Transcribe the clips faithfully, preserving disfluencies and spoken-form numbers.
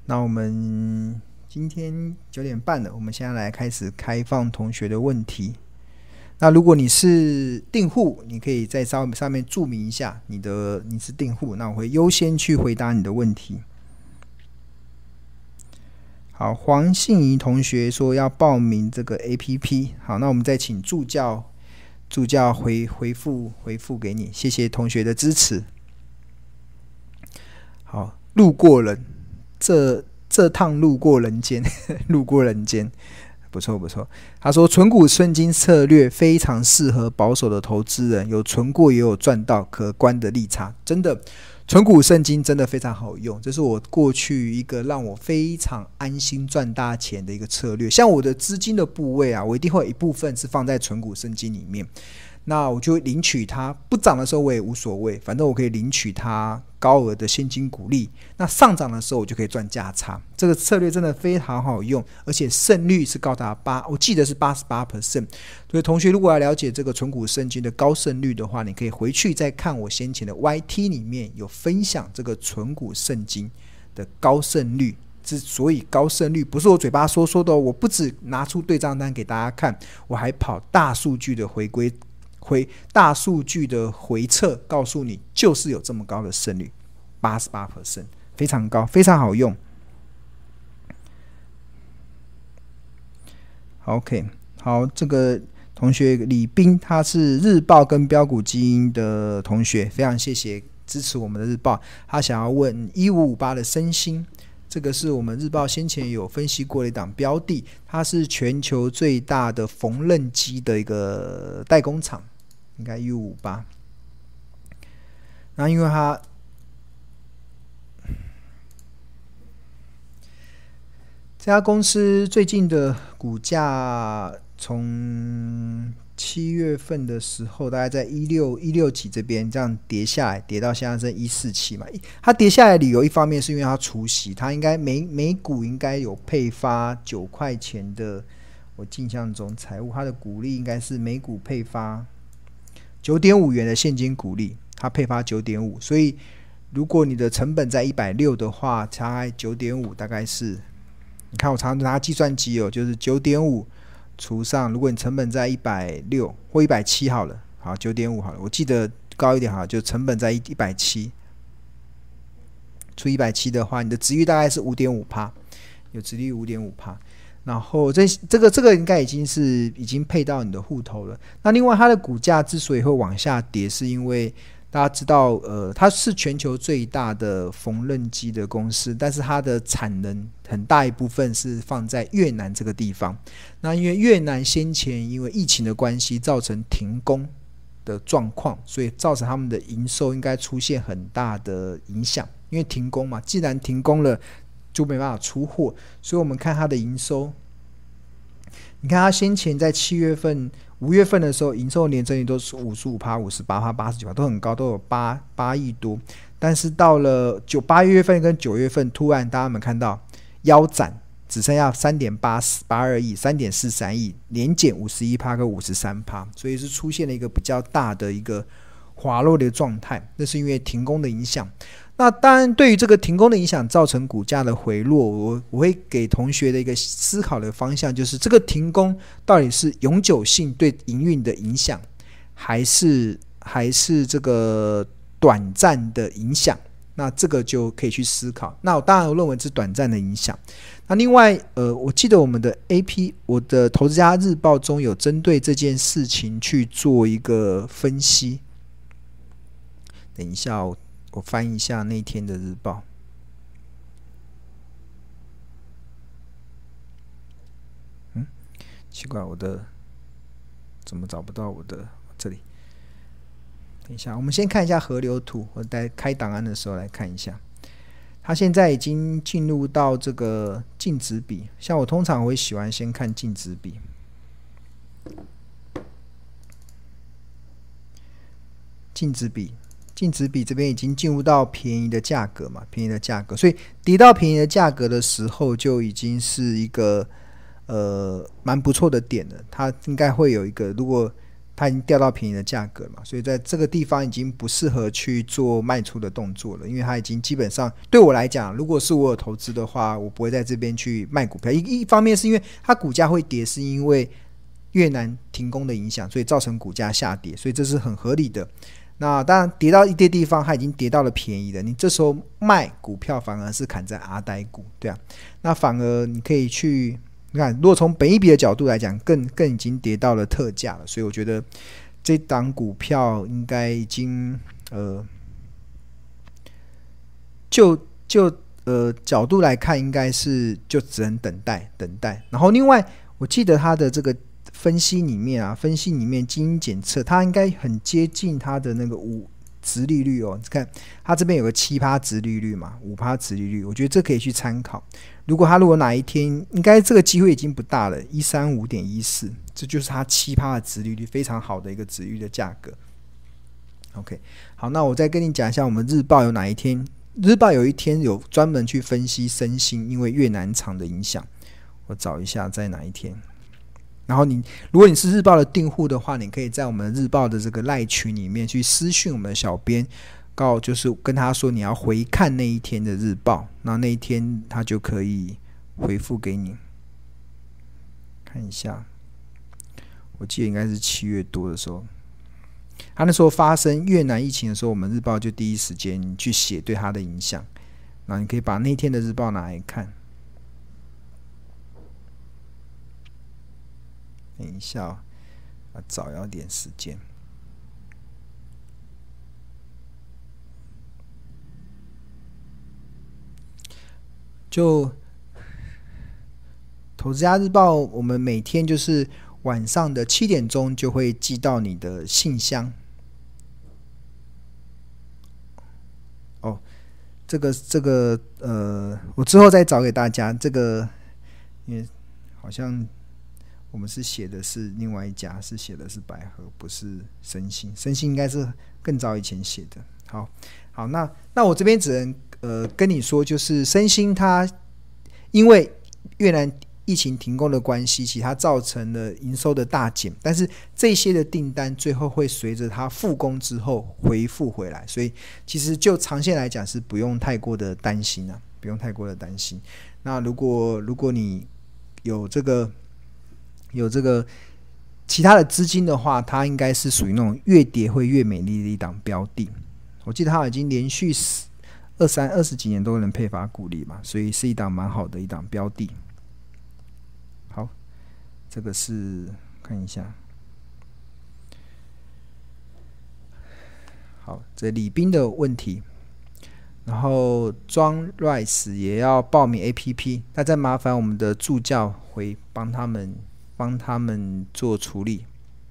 那我们今天九点半了，我们现在来开始开放同学的问题。那如果你是订户，你可以在上面注明一下你的你是订户，那我会优先去回答你的问题。好，黄信怡同学说要报名这个 A P P， 好，那我们再请助教助教回回复回复给你，谢谢同学的支持。好，路过人，这这趟路过人间，路过人间。不错不错，他说存股顺金策略非常适合保守的投资人，有存过也有赚到可观的利差，真的存股圣金真的非常好用，这是我过去一个让我非常安心赚大钱的一个策略。像我的资金的部位啊，我一定会有一部分是放在存股圣金里面，那我就会领取它，不涨的时候我也无所谓，反正我可以领取它高额的现金股利，那上涨的时候我就可以赚价差。这个策略真的非常好用，而且胜率是高达八，我记得是 百分之八十八。 所以同学如果要了解这个存股圣金的高胜率的话，你可以回去再看我先前的 Y T 里面有分享这个存股圣金的高胜率。之所以高胜率不是我嘴巴说说的、哦、我不只拿出对账单给大家看，我还跑大数据的回归回大数据的回测，告诉你就是有这么高的胜率 百分之八十八， 非常高，非常好用。 OK， 好，这个同学李斌他是日报跟标股基因的同学，非常谢谢支持我们的日报。他想要问一五五八的升星，这个是我们日报先前有分析过的一档标的，它是全球最大的缝纫机的一个代工厂，应该一五五八。那因为它这家公司最近的股价从七月份的时候大概在一六一六几这边这样跌下来，跌到现在是一四七嘛。它跌下来的理由一方面是因为它除息，它应该每每股应该有配发九块钱的，我印象中财务它的股利应该是每股配发 九点五元的现金股利，它配发 九点五， 所以如果你的成本在一百六的话，大概 九点五 大概是，你看我常常拿计算机哦，就是 九点五 除上，如果你成本在一百六或一百七好了，好 九点五 好了，我记得高一点好了，就成本在一百七除一百七的话，你的殖利率大概是 百分之五点五， 有殖利率 百分之五点五， 然后这这个这个应该已经是已经配到你的户头了。那另外它的股价之所以会往下跌，是因为大家知道呃，它是全球最大的缝纫机的公司，但是它的产能很大一部分是放在越南这个地方。那因为越南先前因为疫情的关系造成停工的状况，所以造成他们的营收应该出现很大的影响。因为停工嘛，既然停工了就没办法出货，所以我们看它的营收，你看它先前在七月份五月份的时候，营收的年增率都是 百分之五十五、五十八、八十九，都很高，都有 八, 八亿多。但是到了九八月份跟九月份，突然大家有没有看到腰斩，只剩下 三点八二亿、三点四三亿，年减 百分之五十一 跟 百分之五十三， 所以是出现了一个比较大的一个滑落的状态，那是因为停工的影响。那当然对于这个停工的影响造成股价的回落， 我, 我会给同学的一个思考的方向，就是这个停工到底是永久性对营运的影响，还是还是这个短暂的影响，那这个就可以去思考。那我当然我认为是短暂的影响。那另外呃，我记得我们的 A P 我的投资家日报中有针对这件事情去做一个分析，等一下我我翻一下那天的日报。嗯，奇怪，我的怎么找不到我的这里？等一下，我们先看一下河流图，我在开档案的时候来看一下。它现在已经进入到这个净值比，像我通常会喜欢先看净值比。净值比。净值比这边已经进入到便宜的价格嘛，便宜的价格，所以跌到便宜的价格的时候，就已经是一个呃蛮不错的点了。它应该会有一个，如果它已经掉到便宜的价格了嘛，所以在这个地方已经不适合去做卖出的动作了，因为它已经基本上对我来讲，如果是我有投资的话，我不会在这边去卖股票。 一, 一方面是因为它股价会跌，是因为越南停工的影响，所以造成股价下跌，所以这是很合理的。那当然跌到一些地方它已经跌到了便宜的，你这时候卖股票反而是砍在阿呆股，对啊，那反而你可以去你看，如果从本益比的角度来讲，更更已经跌到了特价了，所以我觉得这档股票应该已经呃，就就呃角度来看，应该是就只能等待等待。然后另外，我记得它的这个分析里面啊，分析里面基因检测，它应该很接近它的那个五殖利率哦。你看它这边有个 百分之七 殖利率嘛， 百分之五 殖利率，我觉得这可以去参考。如果他如果哪一天，应该这个机会已经不大了， 一百三十五点一四， 这就是他 百分之七 的殖利率，非常好的一个殖利率的价格。 OK， 好，那我再跟你讲一下我们日报有哪一天，日报有一天有专门去分析升星因为越南厂的影响，我找一下在哪一天。然后你如果你是日报的订户的话，你可以在我们日报的这个赖群里面去私讯我们的小编，告就是跟他说你要回看那一天的日报，那那一天他就可以回复给你。看一下，我记得应该是七月多的时候，他那时候发生越南疫情的时候，我们日报就第一时间去写对他的影响，然后你可以把那天的日报拿来看。等一下、哦，啊，找要点时间。就投资家日报，我们每天就是晚上的七点钟就会寄到你的信箱。哦，这个这个呃，我之后再找给大家。这个因为好像我们是写的是另外一家，是写的是百合，不是升星。升星应该是更早以前写的。好，好，那那我这边只能。呃，跟你说，就是升星它因为越南疫情停工的关系，其实它造成了营收的大减，但是这些的订单最后会随着它复工之后回复回来，所以其实就长线来讲是不用太过的担心啊，不用太过的担心。那如果如果你有这个有这个其他的资金的话，它应该是属于那种越跌会越美丽的一档标的。我记得它已经连续二三二十几年都能配发股利嘛，所以是一档蛮好的一档标的。好，这个是看一下，好，这李斌的问题，然后庄 Rice 也要报名 A P P， 那再麻烦我们的助教回帮他们帮他们做处理。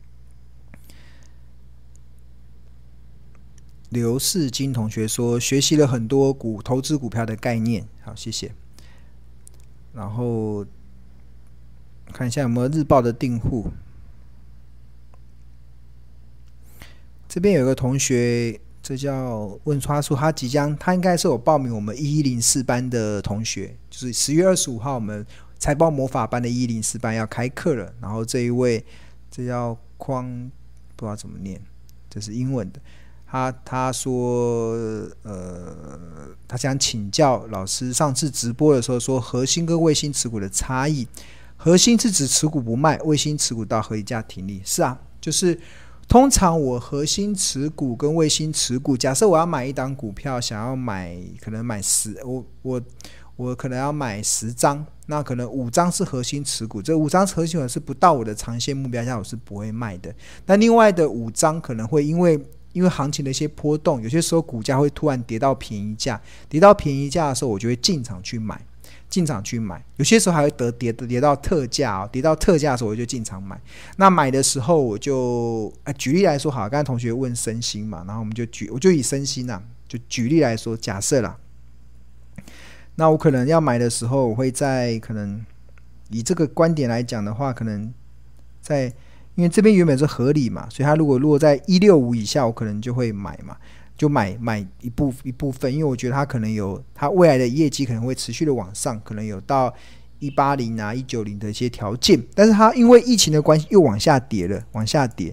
刘世金同学说，学习了很多股投资股票的概念，好，谢谢。然后看一下有没有日报的订户。这边有个同学，这叫问他说他即将，他应该是有报名我们一一零四班的同学，就是十月二十五号我们财报魔法班的一一零四班要开课了。然后这一位，这叫匡，不知道怎么念，这是英文的。他他说，呃，他想请教老师，上次直播的时候说核心跟卫星持股的差异，核心是指持股不卖，卫星持股到合理价停利。是啊，就是通常我核心持股跟卫星持股，假设我要买一档股票，想要买可能买十，我我我可能要买十张，那可能五张是核心持股，这五张核心持股是不到我的长线目标下，我是不会卖的。那另外的五张可能会因为因为行情的一些波动，有些时候股价会突然跌到便宜价，跌到便宜价的时候，我就会进场去买，进场去买。有些时候还会得跌跌到特价哦，跌到特价的时候我就进场买。那买的时候我就，啊、举例来说好，刚才同学问升星嘛，然后我们就举，我就以升星啊，就举例来说，假设啦，那我可能要买的时候，我会在可能以这个观点来讲的话，可能在。因为这边原本是合理嘛，所以它如果如果在一百六十五以下，我可能就会买嘛，就买买一部一部分，因为我觉得它可能有它未来的业绩可能会持续的往上，可能有到一百八十啊、一百九十的一些条件，但是它因为疫情的关系又往下跌了，往下跌。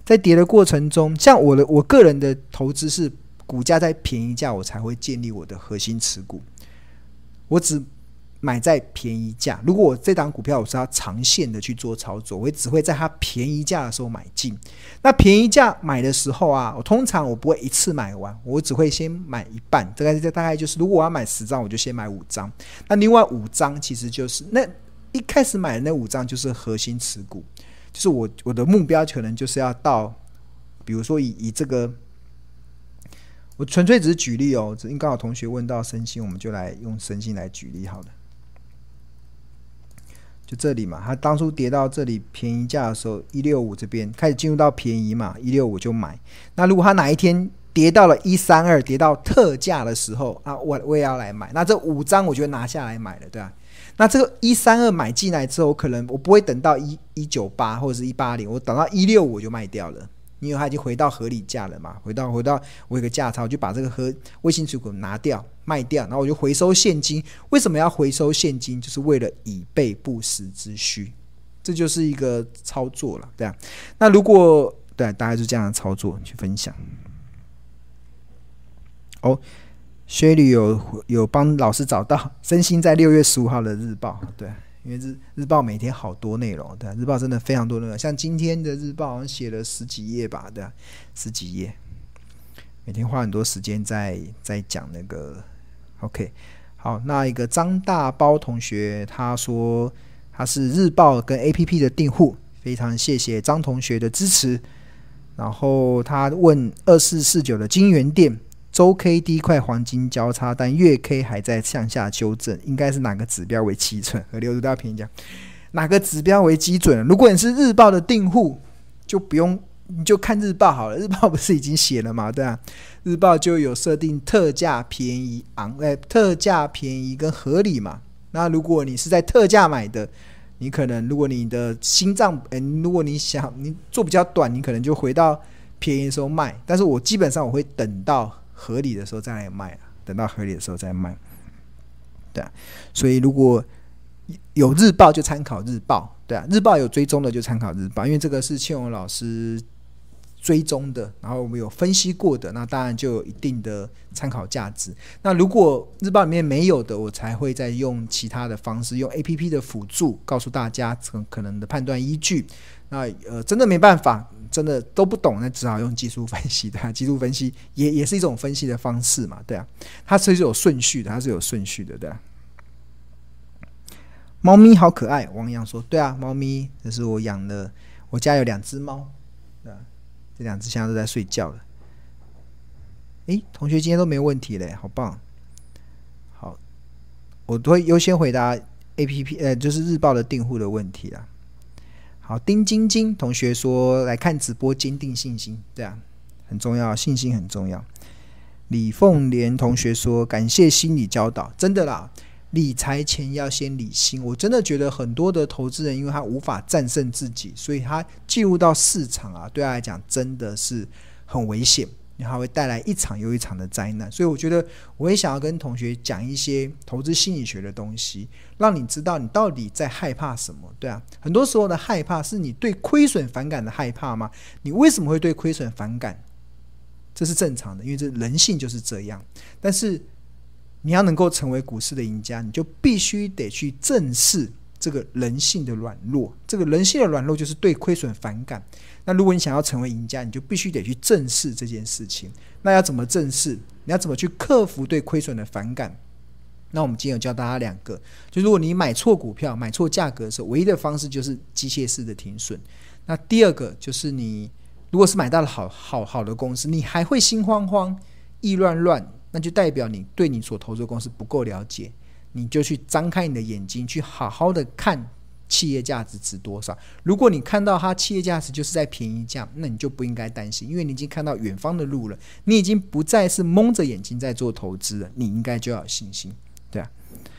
在跌的过程中，像我的我个人的投资是股价在便宜价我才会建立我的核心持股，我只买在便宜价。如果我这档股票我是要长线的去做操作，我只会在它便宜价的时候买进。那便宜价买的时候啊，我通常我不会一次买完，我只会先买一半，大概大概就是如果我要买十张，我就先买五张，那另外五张其实就是那一开始买的那五张就是核心持股，就是我我的目标可能就是要到，比如说以以这个。我纯粹只是举例哦，因为刚好同学问到升星，我们就来用升星来举例好了。就这里嘛，它当初跌到这里便宜价的时候，一百六十五这边开始进入到便宜嘛，一百六十五就买。那如果它哪一天跌到了一百三十二，跌到特价的时候啊，我我也要来买。那这五张我就拿下来买了，对吧？那这个一百三十二买进来之后，可能我不会等到一一九八或者是一百八十，我等到一百六十五我就卖掉了。因为它已经回到合理价了嘛，回到回到我有个价差，我就把这个核卫星持股拿掉卖掉，然后我就回收现金。为什么要回收现金？就是为了以备不时之需，这就是一个操作了，对啊。那如果对，大概是这样的操作去分享。哦，薛律有有帮老师找到升星在六月十五号的日报，对。因为 日, 日报每天好多内容，对、啊，日报真的非常多内容，像今天的日报好像写了十几页吧，对、啊，十几页，每天花很多时间在在讲那个。OK， 好，那一个张大包同学他说他是日报跟 A P P 的订户，非常谢谢张同学的支持。然后他问二四四九的金源店。周 K D 块黄金交叉，但月 K 还在向下修正，应该是哪个指标为基准？和刘督大评价，哪个指标为基准？如果你是日报的订户，就不用，你就看日报好了。日报不是已经写了吗？对啊，日报就有设定特价、便宜、昂，哎，特价、便宜跟合理嘛。那如果你是在特价买的，你可能如果你的心脏，哎，如果你想你做比较短，你可能就回到便宜的时候卖。但是我基本上我会等到。合理的时候再来卖，等到合理的时候再卖，对啊。所以如果有日报就参考日报，对啊，日报有追踪的就参考日报，因为这个是庆荣老师追踪的，然后我们有分析过的，那当然就有一定的参考价值。那如果日报里面没有的，我才会再用其他的方式，用 A P P 的辅助，告诉大家可能的判断依据。那呃，真的没办法。真的都不懂，那只好用技术分析的、啊，技术分析也也是一种分析的方式嘛，对啊，它是有顺序的，它是有顺序的，对啊。猫咪好可爱，王阳说，对啊，猫咪这是我养的，我家有两只猫，对啊，这两只现在都在睡觉了。诶，同学今天都没问题嘞，好棒。好，我都会优先回答 A P P， 呃，就是日报的订户的问题啦。好，丁晶晶同学说来看直播坚定信心，对啊，很重要，信心很重要。李凤莲同学说感谢心理教导，真的啦，理财前要先理心。我真的觉得很多的投资人因为他无法战胜自己，所以他进入到市场啊，对他来讲真的是很危险，然后会带来一场又一场的灾难。所以我觉得我也想要跟同学讲一些投资心理学的东西，让你知道你到底在害怕什么。对啊，很多时候的害怕是你对亏损反感的害怕吗？你为什么会对亏损反感？这是正常的，因为这人性就是这样。但是你要能够成为股市的赢家，你就必须得去正视这个人性的软弱。这个人性的软弱就是对亏损反感。那如果你想要成为赢家，你就必须得去正视这件事情。那要怎么正视？你要怎么去克服对亏损的反感？那我们今天有教大家两个，就如果你买错股票、买错价格的时候，唯一的方式就是机械式的停损。那第二个就是你如果是买到了好好好的公司，你还会心慌慌、意乱乱，那就代表你对你所投资的公司不够了解。你就去张开你的眼睛，去好好的看企业价值值多少。如果你看到它企业价值就是在便宜价，那你就不应该担心，因为你已经看到远方的路了，你已经不再是蒙着眼睛在做投资了，你应该就要有信心。对啊，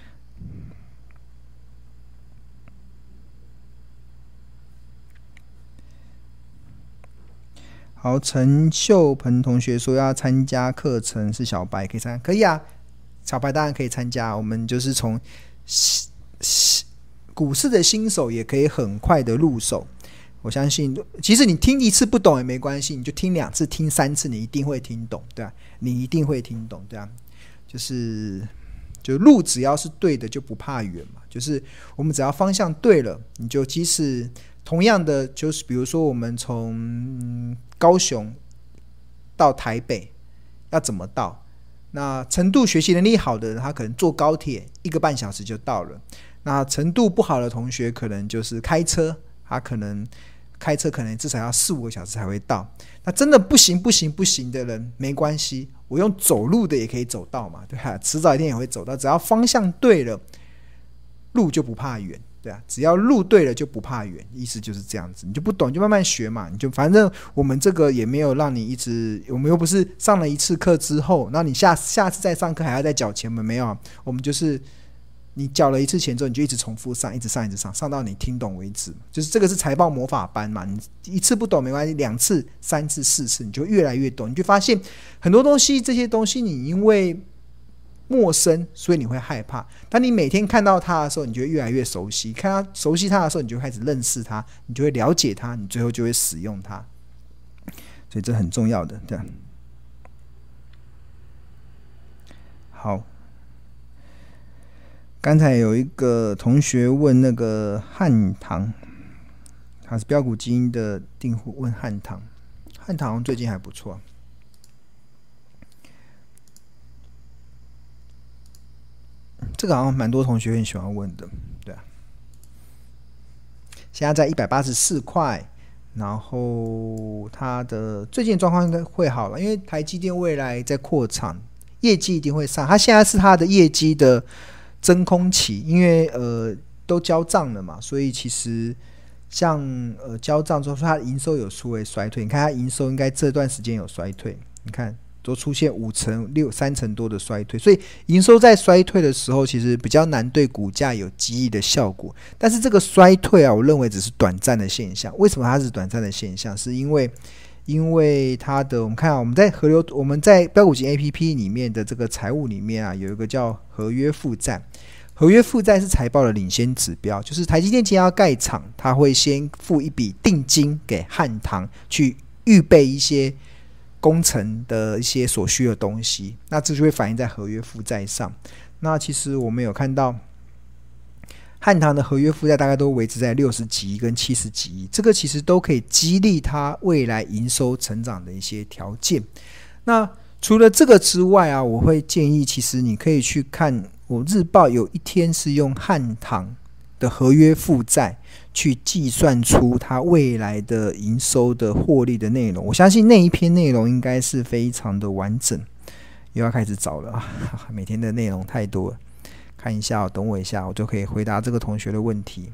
好，陈秀鹏同学说要参加课程，是小白可以参加，可以啊，小白当然可以参加。我们就是从股市的新手也可以很快的入手。 我相信其实你听一次不懂也没关系，你就听两次听三次，你一定会听懂，对啊，你一定会听懂，对啊，就是就路只要是对的就不怕远嘛，就是我们只要方向对了，你就即使同样的，就是比如说我们从高雄到台北要怎么到，那程度学习能力好的人他可能坐高铁一个半小时就到了，那程度不好的同学可能就是开车，他可能开车可能至少要四五个小时才会到，那真的不行不行不行的人没关系，我用走路的也可以走到嘛，对吧？迟早一天也会走到，只要方向对了，路就不怕远，对啊，只要路对了就不怕远，意思就是这样子。你就不懂就慢慢学嘛，你就反正我们这个也没有让你一直，我们又不是上了一次课之后，那你下下次再上课还要再缴钱吗？没有，我们就是你缴了一次钱之后，你就一直重复上，一直上，一直上，上到你听懂为止。就是这个是财报魔法班嘛，你一次不懂没关系，两次、三次、四次，你就越来越懂。你就发现很多东西，这些东西你因为陌生，所以你会害怕。当你每天看到它的时候，你就会越来越熟悉。看它熟悉它的时候，你就开始认识它，你就会了解它，你最后就会使用它。所以这很重要的，对吧？好。刚才有一个同学问那个汉唐，他是标股基因的订户，问汉唐，汉唐最近还不错，这个好像蛮多同学很喜欢问的，对啊。现在在一百八十四块，然后它的最近状况应该会好了，因为台积电未来在扩厂，业绩一定会上，它现在是它的业绩的真空期，因为呃都交账了嘛，所以其实像呃交账之后，它的营收有出为衰退。你看它营收应该这段时间有衰退，你看都出现五成六三成多的衰退，所以营收在衰退的时候，其实比较难对股价有激励的效果。但是这个衰退啊，我认为只是短暂的现象。为什么它是短暂的现象？是因为因为它的我们看啊，我们在河流我们在标股金 A P P 里面的这个财务里面啊，有一个叫合约负债。合约负债是财报的领先指标，就是台积电今天要盖厂，它会先付一笔定金给汉唐，去预备一些工程的一些所需的东西，那这就会反映在合约负债上。那其实我们有看到汉唐的合约负债大概都维持在六十几亿跟七十几亿，这个其实都可以激励它未来营收成长的一些条件。那除了这个之外啊，我会建议其实你可以去看，我日报有一天是用汉唐的合约负债去计算出它未来的营收的获利的内容，我相信那一篇内容应该是非常的完整。又要开始找了啊，每天的内容太多了，看一下、哦、等我一下，我就可以回答这个同学的问题。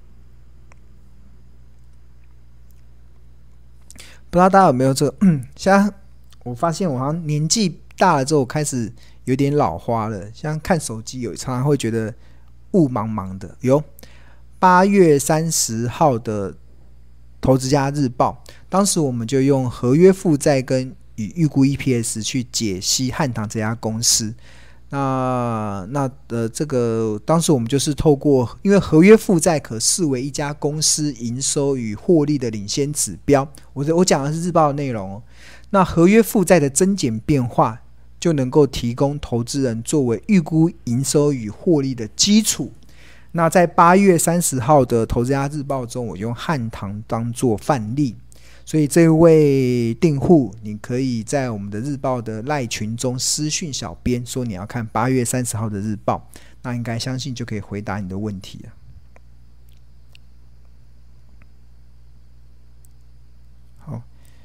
不知道大家有没有这个现在我发现我好像年纪大了之后开始有点老花了，像看手机有常常会觉得雾茫茫的。有八月三十号的投资家日报，当时我们就用合约负债跟与预估 E P S 去解析汉唐这家公司。那那呃，这个当时我们就是透过，因为合约负债可视为一家公司营收与获利的领先指标。我我讲的是日报的内容哦。那合约负债的增减变化，就能够提供投资人作为预估营收与获利的基础。那在八月三十号的投资家日报中，我用汉唐当作范例。所以这位订户，你可以在我们的日报的赖群中私讯小编说你要看八月三十号的日报，那应该相信就可以回答你的问题了。好，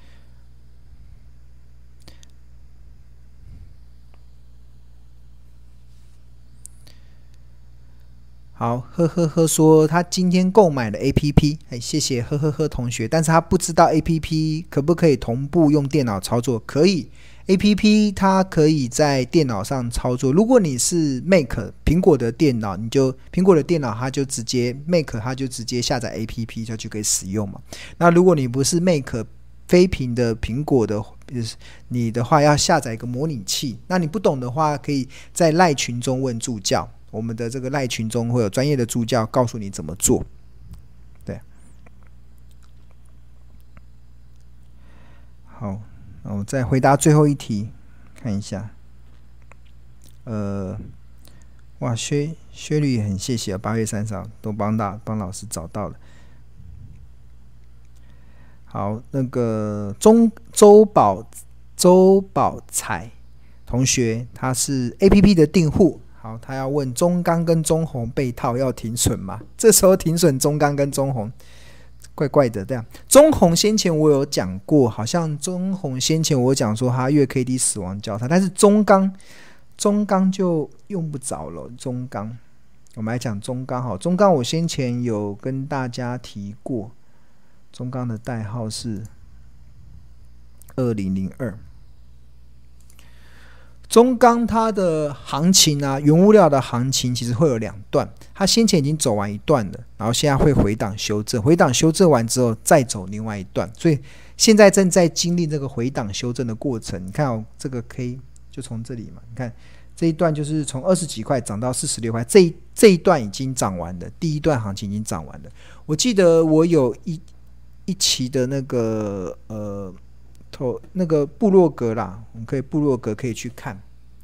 好，呵呵呵说他今天购买了 A P P， 哎，谢谢呵呵呵同学，但是他不知道 A P P 可不可以同步用电脑操作。可以， A P P 它可以在电脑上操作。如果你是 Mac 苹果的电脑，你就苹果的电脑它就直接 Mac 它就直接下载 A P P 就就可以使用嘛。那如果你不是 Mac 非屏的苹果的，你的话要下载一个模拟器。那你不懂的话，可以在赖群中问助教。我们的这个赖群中会有专业的助教告诉你怎么做。对， 好，那我再回答最后一题，看一下。呃，哇，薛薛律很谢谢啊，八月三十号都帮大帮老师找到了。好，那个中周宝周宝彩同学，他是 A P P 的订户。好，他要问中钢跟中红被套要停损吗？这时候停损中钢跟中红，怪怪的。这样，中红先前我有讲过，好像中红先前我讲说它月 K D 死亡交叉，但是中钢中钢就用不着了。中钢，我们来讲中钢好，中钢我先前有跟大家提过，中钢的代号是二零零二。中钢它的行情啊，原物料的行情其实会有两段，它先前已经走完一段了，然后现在会回档修正，回档修正完之后再走另外一段，所以现在正在经历这个回档修正的过程。你看哦，这个 K 就从这里嘛，你看这一段就是从二十几块涨到四十六块，这一这一段已经涨完了，第一段行情已经涨完了。我记得我有一一期的那个呃。那个部落格啦，我们可以部落格可以去看，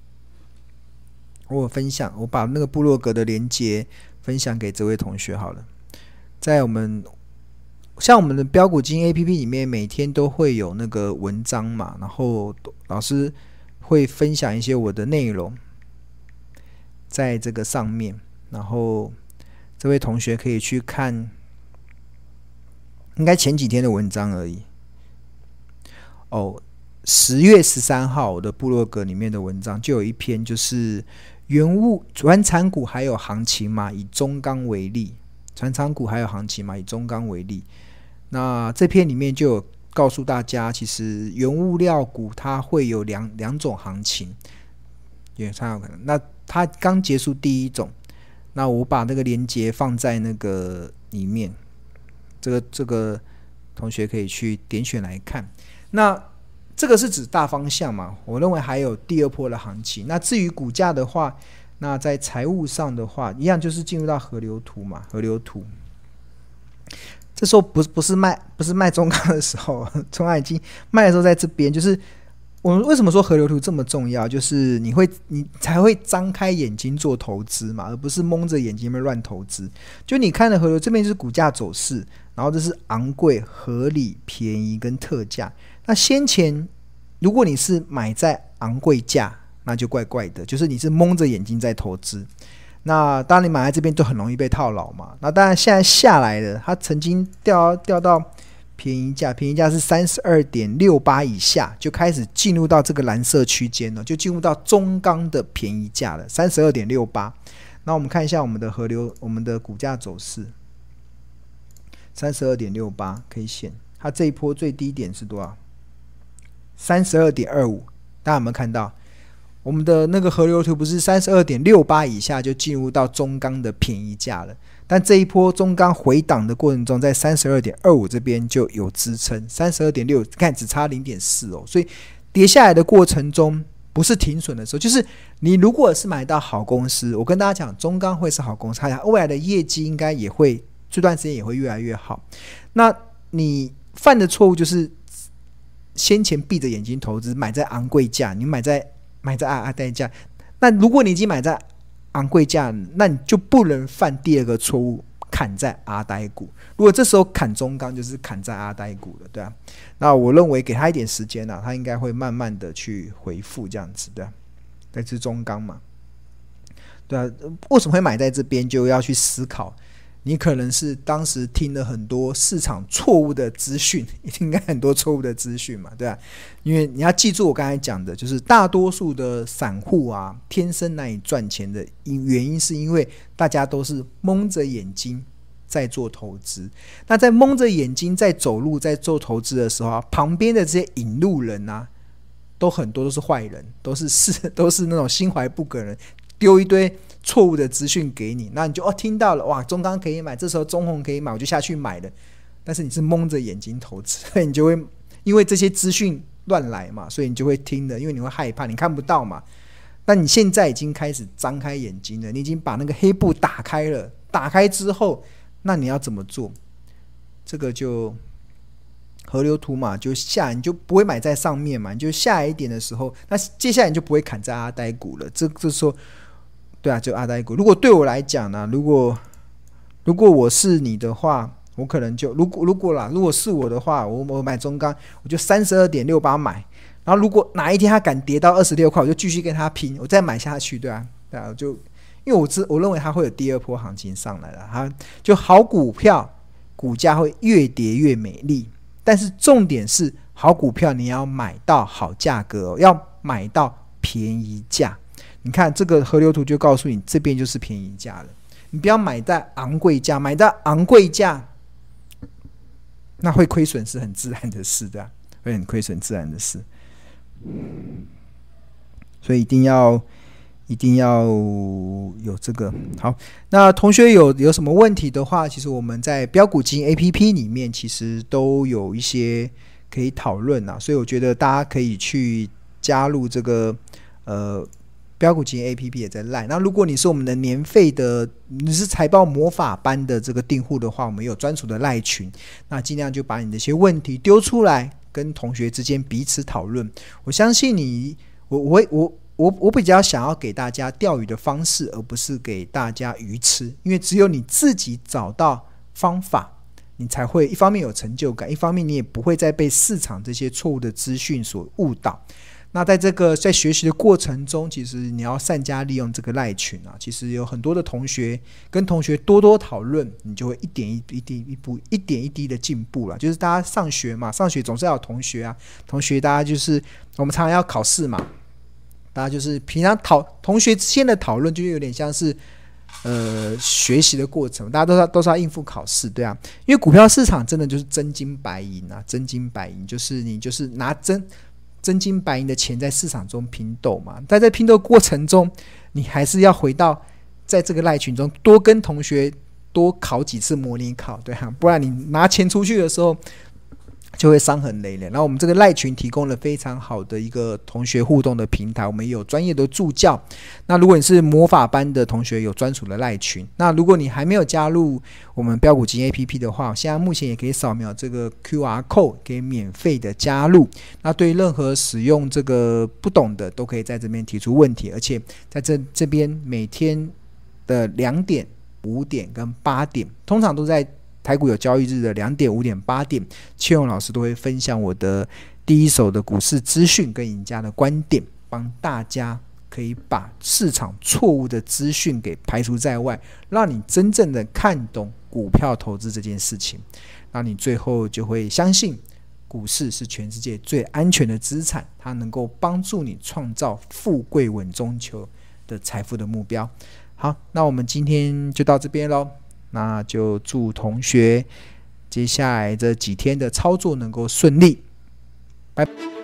我有分享，我把那个部落格的连结分享给这位同学好了。在我们像我们的标股金 A P P 里面，每天都会有那个文章嘛，然后老师会分享一些我的内容在这个上面，然后这位同学可以去看，应该前几天的文章而已。哦，十月十三号我的部落格里面的文章就有一篇，就是原物传产股还有行情嘛，以中钢为例，传产股还有行情嘛，以中钢为例。那这篇里面就有告诉大家，其实原物料股它会有两两种行情，也才有可能。那它刚结束第一种，那我把那个连结放在那个里面，这个这个同学可以去点选来看。那这个是指大方向嘛，我认为还有第二波的行情。那至于股价的话，那在财务上的话，一样就是进入到河流图嘛，河流图。这时候不不是卖不是卖中钢的时候，中钢已经卖的时候在这边，就是我们为什么说河流图这么重要，就是你会你才会张开眼睛做投资嘛，而不是蒙着眼睛乱投资。就你看的河流这边就是股价走势，然后这是昂贵、合理、便宜跟特价。那先前如果你是买在昂贵价，那就怪怪的，就是你是蒙着眼睛在投资。那当你买在这边就很容易被套牢嘛。那当然现在下来了，它曾经掉掉到便宜价，便宜价是 三十二点六八 以下，就开始进入到这个蓝色区间了，就进入到中钢的便宜价了 三十二点六八。那我们看一下我们的河流，我们的股价走势 三十二点六八 K 线，它这一波最低点是多少？ 三十二点二五， 大家有没有看到我们的那个河流图不是 三十二点六八 以下就进入到中钢的便宜价了，但这一波中钢回档的过程中，在 三十二点二五 这边就有支撑， 三十二点六 看只差 零点四 哦，所以跌下来的过程中不是停损的时候，就是你如果是买到好公司，我跟大家讲中钢会是好公司，它未来的业绩应该也会这段时间也会越来越好。那你犯的错误就是先前闭着眼睛投资，买在昂贵价，你买在买在阿呆价。那如果你已经买在昂贵价，那你就不能犯第二个错误，砍在阿呆股。如果这时候砍中钢，就是砍在阿呆股了，对啊。那我认为给他一点时间啊，他应该会慢慢的去回复这样子，对啊。这是中钢嘛，对啊。为什么会买在这边，就要去思考。你可能是当时听了很多市场错误的资讯，应该很多错误的资讯嘛，对吧？因为你要记住我刚才讲的，就是大多数的散户啊，天生难以赚钱的原因，是因为大家都是蒙着眼睛在做投资。那在蒙着眼睛在走路在做投资的时候啊，旁边的这些引路人啊，都很多都是坏人，都是是都是那种心怀不轨人，丢一堆错误的资讯给你，那你就哦听到了，哇，中钢可以买，这时候中红可以买，我就下去买了。但是你是蒙着眼睛投资，所以你就会因为这些资讯乱来嘛，所以你就会听的，因为你会害怕，你看不到嘛。但你现在已经开始张开眼睛了，你已经把那个黑布打开了，打开之后，那你要怎么做？这个就河流图嘛，就下来你就不会买在上面嘛，你就下来一点的时候，那接下来你就不会砍在阿呆股了。这这时候，对啊，就阿呆股。如果对我来讲呢，如果如果我是你的话，我可能就如果如果啦，如果是我的话，我我买中钢，我就三十二点六八买。然后如果哪一天它敢跌到二十六块，我就继续跟它拼，我再买下去，对啊，对啊，就因为我知我认为它会有第二波行情上来了，它就好股票股价会越跌越美丽，但是重点是好股票你要买到好价格、哦、要买到便宜价。你看这个河流图就告诉你，这边就是便宜价了，你不要买在昂贵价，买在昂贵价，那会亏损是很自然的事的、啊，会很亏损自然的事。所以一定要一定要有这个好。那同学有有什么问题的话，其实我们在标股基金 A P P 里面其实都有一些可以讨论啊，所以我觉得大家可以去加入这个呃标股基金 A P P 也在 LINE。 那如果你是我们的年费的，你是财报魔法班的这个订户的话，我们有专属的 LINE 群，那尽量就把你的一些问题丢出来，跟同学之间彼此讨论。我相信你，我我我我我比较想要给大家钓鱼的方式，而不是给大家鱼吃，因为只有你自己找到方法，你才会一方面有成就感，一方面你也不会再被市场这些错误的资讯所误导。那在这个在学习的过程中，其实你要善加利用这个赖群啊，其实有很多的同学跟同学多多讨论，你就会一点一滴一步一点一滴的进步了。就是大家上学嘛，上学总是要有同学啊，同学大家就是我们常常要考试嘛，大家就是平常讨同学之间的讨论，就有点像是呃学习的过程，大家都是都是要应付考试，对啊，因为股票市场真的就是真金白银啊，真金白银就是你就是拿真。真金白银的钱在市场中拼斗嘛，但在拼斗过程中，你还是要回到在这个赖群中多跟同学多考几次模拟考，对啊，不然你拿钱出去的时候就会伤痕累累。然后我们这个赖群提供了非常好的一个同学互动的平台，我们也有专业的助教。那如果你是魔法班的同学，有专属的赖群。那如果你还没有加入我们标股基金 A P P 的话，现在目前也可以扫描这个 Q R code 可以免费的加入。那对于任何使用这个不懂的，都可以在这边提出问题，而且在这这边每天的两点、五点跟八点，通常都在台股有交易日的两点、五点、八点，切勇老师都会分享我的第一手的股市资讯跟赢家的观点，帮大家可以把市场错误的资讯给排除在外，让你真正的看懂股票投资这件事情，让你最后就会相信股市是全世界最安全的资产，它能够帮助你创造富贵稳中求的财富的目标。好，那我们今天就到这边咯，那就祝同学接下来这几天的操作能够顺利，拜拜。